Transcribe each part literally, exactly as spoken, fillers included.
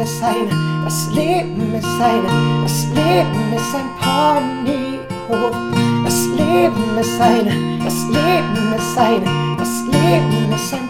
ist eine, das Leben ist eine, das Leben ist ein Ponyhof. Das Leben ist eine, das Leben ist eine, das Leben ist ein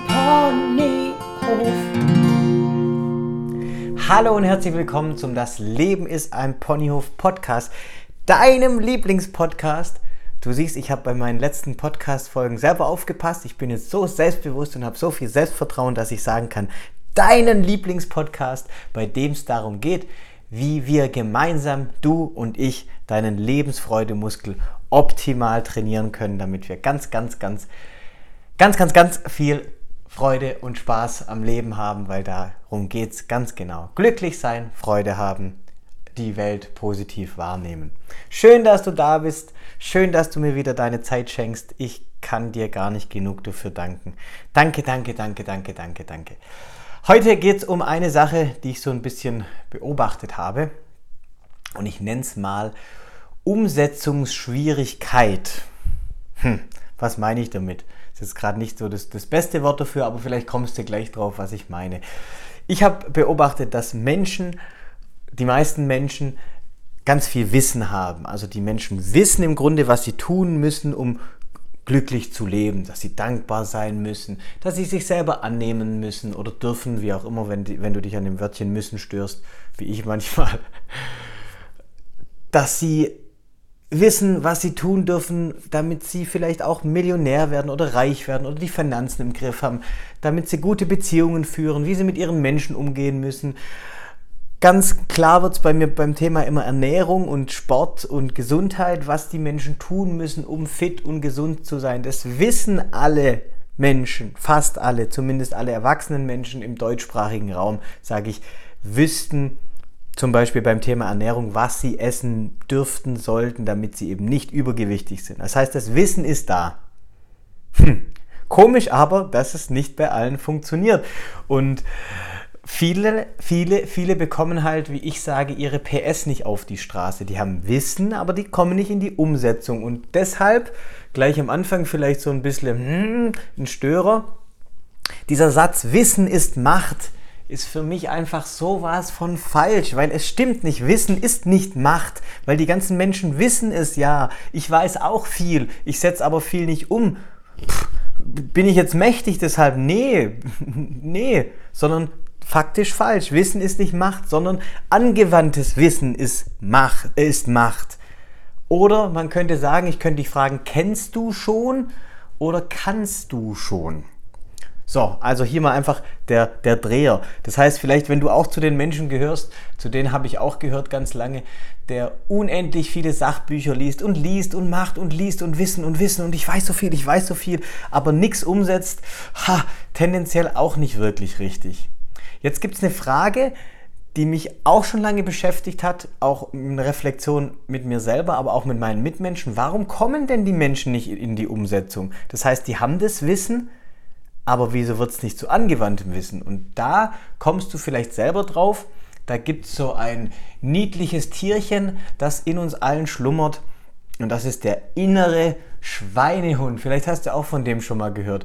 Ponyhof. Hallo und herzlich willkommen zum Das Leben ist ein Ponyhof Podcast, deinem Lieblingspodcast. Du siehst, ich habe bei meinen letzten Podcast-Folgen selber aufgepasst. Ich bin jetzt so selbstbewusst und habe so viel Selbstvertrauen, dass ich sagen kann, deinen Lieblingspodcast, bei dem es darum geht, wie wir gemeinsam, du und ich, deinen Lebensfreudemuskel optimal trainieren können, damit wir ganz, ganz, ganz, ganz, ganz, ganz viel Freude und Spaß am Leben haben, weil darum geht es ganz genau. Glücklich sein, Freude haben, die Welt positiv wahrnehmen. Schön, dass du da bist. Schön, dass du mir wieder deine Zeit schenkst. Ich kann dir gar nicht genug dafür danken. Danke, danke, danke, danke, danke, danke. Heute geht es um eine Sache, die ich so ein bisschen beobachtet habe. Und ich nenne es mal Umsetzungsschwierigkeit. Hm, was meine ich damit? Das ist gerade nicht so das, das beste Wort dafür, aber vielleicht kommst du gleich drauf, was ich meine. Ich habe beobachtet, dass Menschen, die meisten Menschen, ganz viel Wissen haben. Also die Menschen wissen im Grunde, was sie tun müssen, um glücklich zu leben, dass sie dankbar sein müssen, dass sie sich selber annehmen müssen oder dürfen, wie auch immer, wenn, die, wenn du dich an dem Wörtchen müssen störst, wie ich manchmal, dass sie wissen, was sie tun dürfen, damit sie vielleicht auch Millionär werden oder reich werden oder die Finanzen im Griff haben, damit sie gute Beziehungen führen, wie sie mit ihren Menschen umgehen müssen. Ganz klar wird es bei mir beim Thema immer Ernährung und Sport und Gesundheit, was die Menschen tun müssen, um fit und gesund zu sein. Das wissen alle Menschen, fast alle, zumindest alle erwachsenen Menschen im deutschsprachigen Raum, sage ich, wüssten zum Beispiel beim Thema Ernährung, was sie essen dürften, sollten, damit sie eben nicht übergewichtig sind. Das heißt, das Wissen ist da. Hm. Komisch aber, dass es nicht bei allen funktioniert. Und Viele, viele, viele bekommen halt, wie ich sage, ihre P S nicht auf die Straße. Die haben Wissen, aber die kommen nicht in die Umsetzung. Und deshalb, gleich am Anfang vielleicht so ein bisschen hm, ein Störer, dieser Satz, Wissen ist Macht, ist für mich einfach sowas von falsch, weil es stimmt nicht. Wissen ist nicht Macht, weil die ganzen Menschen wissen es ja. Ich weiß auch viel, ich setze aber viel nicht um. Pff, bin ich jetzt mächtig deshalb? Nee, nee, sondern faktisch falsch. Wissen ist nicht Macht, sondern angewandtes Wissen ist Macht, ist Macht. Oder man könnte sagen, ich könnte dich fragen, kennst du schon oder kannst du schon? So, also hier mal einfach der, der Dreher. Das heißt, vielleicht, wenn du auch zu den Menschen gehörst, zu denen habe ich auch gehört ganz lange, der unendlich viele Sachbücher liest und liest und macht und liest und Wissen und Wissen und ich weiß so viel, ich weiß so viel, aber nichts umsetzt, ha, tendenziell auch nicht wirklich richtig. Jetzt gibt es eine Frage, die mich auch schon lange beschäftigt hat, auch eine Reflexion mit mir selber, aber auch mit meinen Mitmenschen. Warum kommen denn die Menschen nicht in die Umsetzung? Das heißt, die haben das Wissen, aber wieso wird es nicht zu angewandtem Wissen? Und da kommst du vielleicht selber drauf. Da gibt es so ein niedliches Tierchen, das in uns allen schlummert. Und das ist der innere Schweinehund. Vielleicht hast du auch von dem schon mal gehört.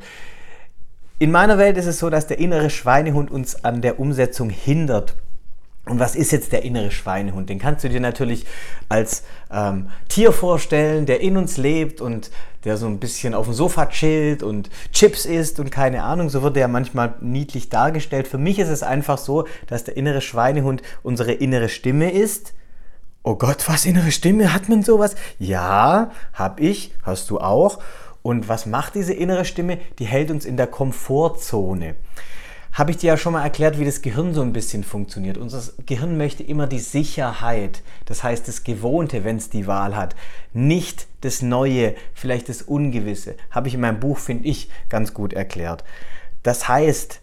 In meiner Welt ist es so, dass der innere Schweinehund uns an der Umsetzung hindert. Und was ist jetzt der innere Schweinehund? Den kannst du dir natürlich als ähm, Tier vorstellen, der in uns lebt und der so ein bisschen auf dem Sofa chillt und Chips isst und keine Ahnung. So wird er ja manchmal niedlich dargestellt. Für mich ist es einfach so, dass der innere Schweinehund unsere innere Stimme ist. Oh Gott, was, innere Stimme? Hat man sowas? Ja, hab ich, hast du auch. Und was macht diese innere Stimme? Die hält uns in der Komfortzone. Habe ich dir ja schon mal erklärt, wie das Gehirn so ein bisschen funktioniert. Unser Gehirn möchte immer die Sicherheit, das heißt das Gewohnte, wenn es die Wahl hat, nicht das Neue, vielleicht das Ungewisse. Habe ich in meinem Buch, finde ich, ganz gut erklärt. Das heißt,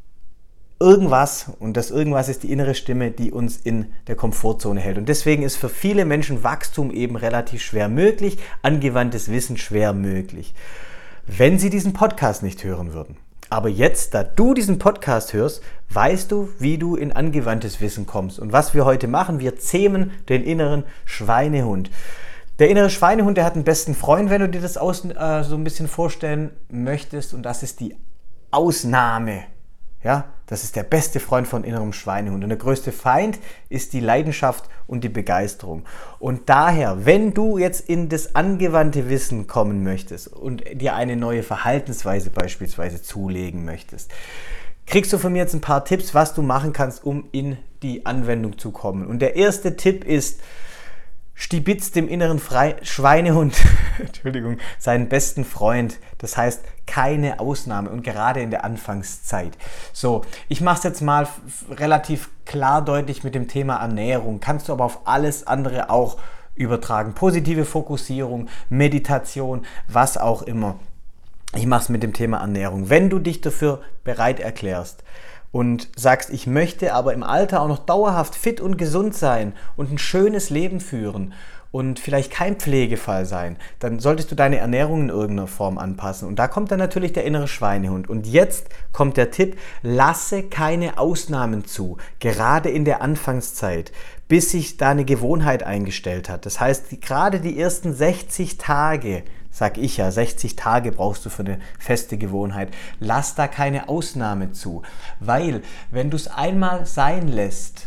irgendwas, und das irgendwas ist die innere Stimme, die uns in der Komfortzone hält. Und deswegen ist für viele Menschen Wachstum eben relativ schwer möglich, angewandtes Wissen schwer möglich, wenn sie diesen Podcast nicht hören würden. Aber jetzt, da du diesen Podcast hörst, weißt du, wie du in angewandtes Wissen kommst. Und was wir heute machen, wir zähmen den inneren Schweinehund. Der innere Schweinehund, der hat einen besten Freund, wenn du dir das aus, äh, so ein bisschen vorstellen möchtest. Und das ist die Ausnahme. Ja? das ist der beste Freund von innerem Schweinehund. Und der größte Feind ist die Leidenschaft und die Begeisterung. Und daher, wenn du jetzt in das angewandte Wissen kommen möchtest und dir eine neue Verhaltensweise beispielsweise zulegen möchtest, kriegst du von mir jetzt ein paar Tipps, was du machen kannst, um in die Anwendung zu kommen. Und der erste Tipp ist, stibitz dem inneren Fre- Schweinehund Entschuldigung, seinen besten Freund. Das heißt, keine Ausnahme und gerade in der Anfangszeit. So, ich mache es jetzt mal f- relativ klar deutlich mit dem Thema Ernährung. Kannst du aber auf alles andere auch übertragen. Positive Fokussierung, Meditation, was auch immer. Ich mache es mit dem Thema Ernährung. Wenn du dich dafür bereit erklärst und sagst, ich möchte aber im Alter auch noch dauerhaft fit und gesund sein und ein schönes Leben führen und vielleicht kein Pflegefall sein, dann solltest du deine Ernährung in irgendeiner Form anpassen. Und da kommt dann natürlich der innere Schweinehund. Und jetzt kommt der Tipp, lasse keine Ausnahmen zu, gerade in der Anfangszeit, bis sich da eine Gewohnheit eingestellt hat. Das heißt, die, gerade die ersten sechzig Tage, sag ich ja, sechzig Tage brauchst du für eine feste Gewohnheit. Lass da keine Ausnahme zu, weil wenn du es einmal sein lässt,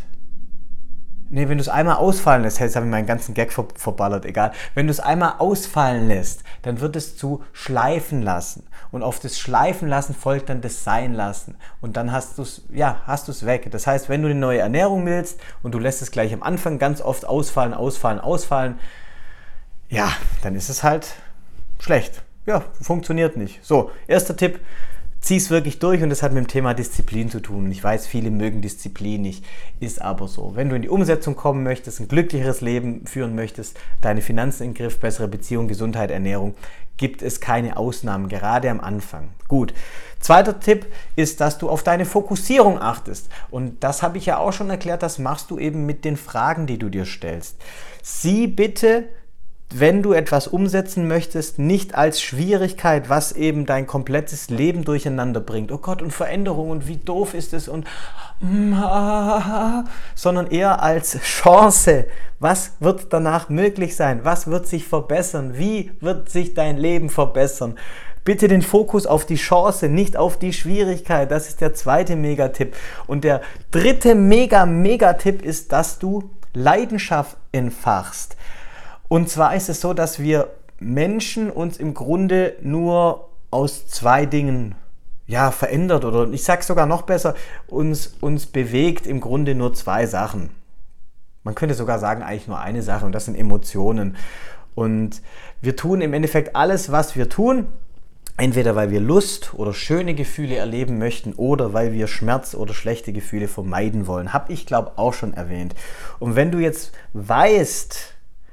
nee, wenn du es einmal ausfallen lässt, jetzt habe ich meinen ganzen Gag ver- verballert, egal. Wenn du es einmal ausfallen lässt, dann wird es zu schleifen lassen. Und auf das Schleifen lassen folgt dann das Sein lassen. Und dann hast du es, ja, hast du es weg. Das heißt, wenn du eine neue Ernährung willst und du lässt es gleich am Anfang ganz oft ausfallen, ausfallen, ausfallen, ja, dann ist es halt schlecht. Ja, funktioniert nicht. So, erster Tipp, zieh es wirklich durch und das hat mit dem Thema Disziplin zu tun. Ich weiß, viele mögen Disziplin nicht, ist aber so. Wenn du in die Umsetzung kommen möchtest, ein glücklicheres Leben führen möchtest, deine Finanzen in den Griff, bessere Beziehung, Gesundheit, Ernährung, gibt es keine Ausnahmen, gerade am Anfang. Gut. Zweiter Tipp ist, dass du auf deine Fokussierung achtest. Und das habe ich ja auch schon erklärt, das machst du eben mit den Fragen, die du dir stellst. Sieh bitte, wenn du etwas umsetzen möchtest, nicht als Schwierigkeit, was eben dein komplettes Leben durcheinander bringt. Oh Gott, und Veränderung und wie doof ist es und sondern eher als Chance. Was wird danach möglich sein? Was wird sich verbessern? Wie wird sich dein Leben verbessern? Bitte den Fokus auf die Chance, nicht auf die Schwierigkeit. Das ist der zweite Megatipp. Und der dritte Mega-Megatipp ist, dass du Leidenschaft entfachst. Und zwar ist es so, dass wir Menschen uns im Grunde nur aus zwei Dingen ja, verändert oder ich sage sogar noch besser, uns, uns bewegt im Grunde nur zwei Sachen. Man könnte sogar sagen, eigentlich nur eine Sache und das sind Emotionen. Und wir tun im Endeffekt alles, was wir tun, entweder weil wir Lust oder schöne Gefühle erleben möchten oder weil wir Schmerz oder schlechte Gefühle vermeiden wollen. Habe ich, glaube ich, auch schon erwähnt. Und wenn du jetzt weißt,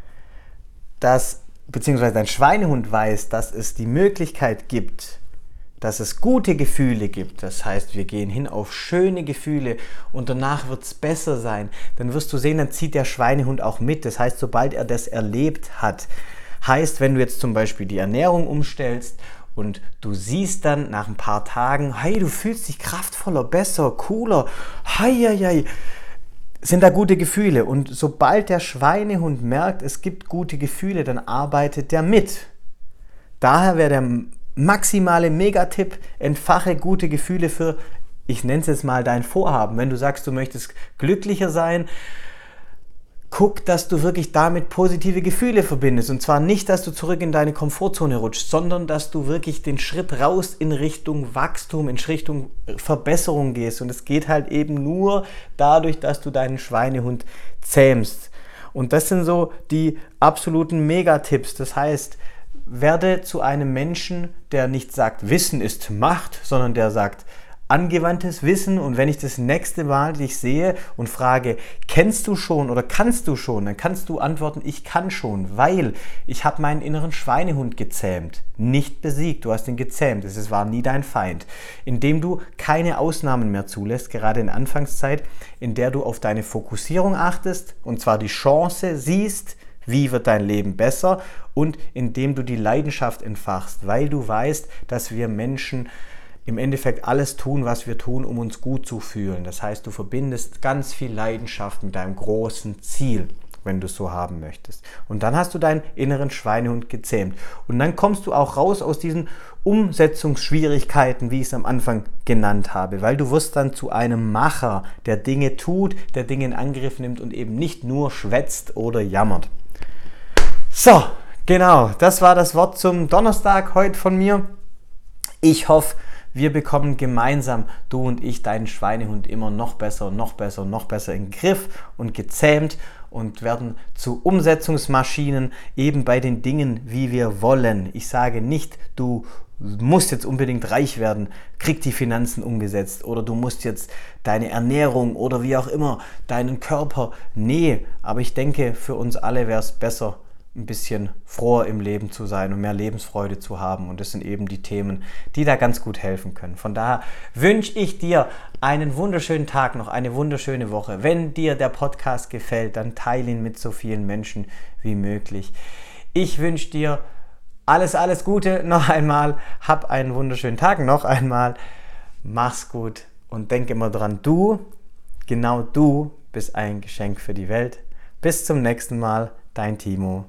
dass, beziehungsweise dein Schweinehund weiß, dass es die Möglichkeit gibt, dass es gute Gefühle gibt, das heißt, wir gehen hin auf schöne Gefühle und danach wird es besser sein, dann wirst du sehen, dann zieht der Schweinehund auch mit. Das heißt, sobald er das erlebt hat, heißt, wenn du jetzt zum Beispiel die Ernährung umstellst und du siehst dann nach ein paar Tagen, hey, du fühlst dich kraftvoller, besser, cooler, hei, hei, hei, sind da gute Gefühle. Und sobald der Schweinehund merkt, es gibt gute Gefühle, dann arbeitet der mit. Daher wäre der maximale Megatipp, entfache gute Gefühle für, ich nenne es jetzt mal dein Vorhaben. Wenn du sagst, du möchtest glücklicher sein, guck, dass du wirklich damit positive Gefühle verbindest. Und zwar nicht, dass du zurück in deine Komfortzone rutschst, sondern dass du wirklich den Schritt raus in Richtung Wachstum, in Richtung Verbesserung gehst. Und es geht halt eben nur dadurch, dass du deinen Schweinehund zähmst. Und das sind so die absoluten Megatipps. Das heißt, werde zu einem Menschen, der nicht sagt, Wissen ist Macht, sondern der sagt, angewandtes Wissen. Und wenn ich das nächste Mal dich sehe und frage, kennst du schon oder kannst du schon, dann kannst du antworten, ich kann schon, weil ich habe meinen inneren Schweinehund gezähmt, nicht besiegt, du hast ihn gezähmt, es war nie dein Feind, indem du keine Ausnahmen mehr zulässt, gerade in Anfangszeit, in der du auf deine Fokussierung achtest und zwar die Chance siehst, wie wird dein Leben besser und indem du die Leidenschaft entfachst, weil du weißt, dass wir Menschen im Endeffekt alles tun, was wir tun, um uns gut zu fühlen. Das heißt, du verbindest ganz viel Leidenschaft mit deinem großen Ziel. wenn du es so haben möchtest. Und dann hast du deinen inneren Schweinehund gezähmt. Und dann kommst du auch raus aus diesen Umsetzungsschwierigkeiten, wie ich es am Anfang genannt habe, weil du wirst dann zu einem Macher, der Dinge tut, der Dinge in Angriff nimmt und eben nicht nur schwätzt oder jammert. So, genau, das war das Wort zum Donnerstag heute von mir. Ich hoffe, wir bekommen gemeinsam, du und ich, deinen Schweinehund immer noch besser, noch besser, noch besser in den Griff und gezähmt und werden zu Umsetzungsmaschinen eben bei den Dingen, wie wir wollen. Ich sage nicht, du musst jetzt unbedingt reich werden, krieg die Finanzen umgesetzt oder du musst jetzt deine Ernährung oder wie auch immer, deinen Körper. Nee, aber ich denke, für uns alle wäre es besser, ein bisschen froher im Leben zu sein und mehr Lebensfreude zu haben. Und das sind eben die Themen, die da ganz gut helfen können. Von daher wünsche ich dir einen wunderschönen Tag, noch eine wunderschöne Woche. Wenn dir der Podcast gefällt, dann teile ihn mit so vielen Menschen wie möglich. Ich wünsche dir alles, alles Gute noch einmal. Hab einen wunderschönen Tag noch einmal. Mach's gut und denk immer dran, du, genau du, bist ein Geschenk für die Welt. Bis zum nächsten Mal. Dein Timo.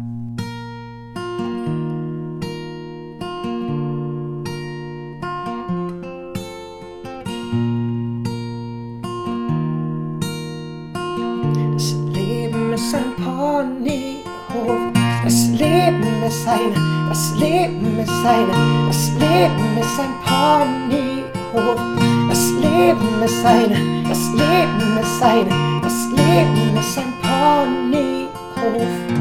Das Leben ist ein Ponyhof. Das Leben ist eine, das Leben ist eine, das Leben ist ein Ponyhof. Das Leben ist eine, das Leben ist eine, das Leben ist ein Ponyhof.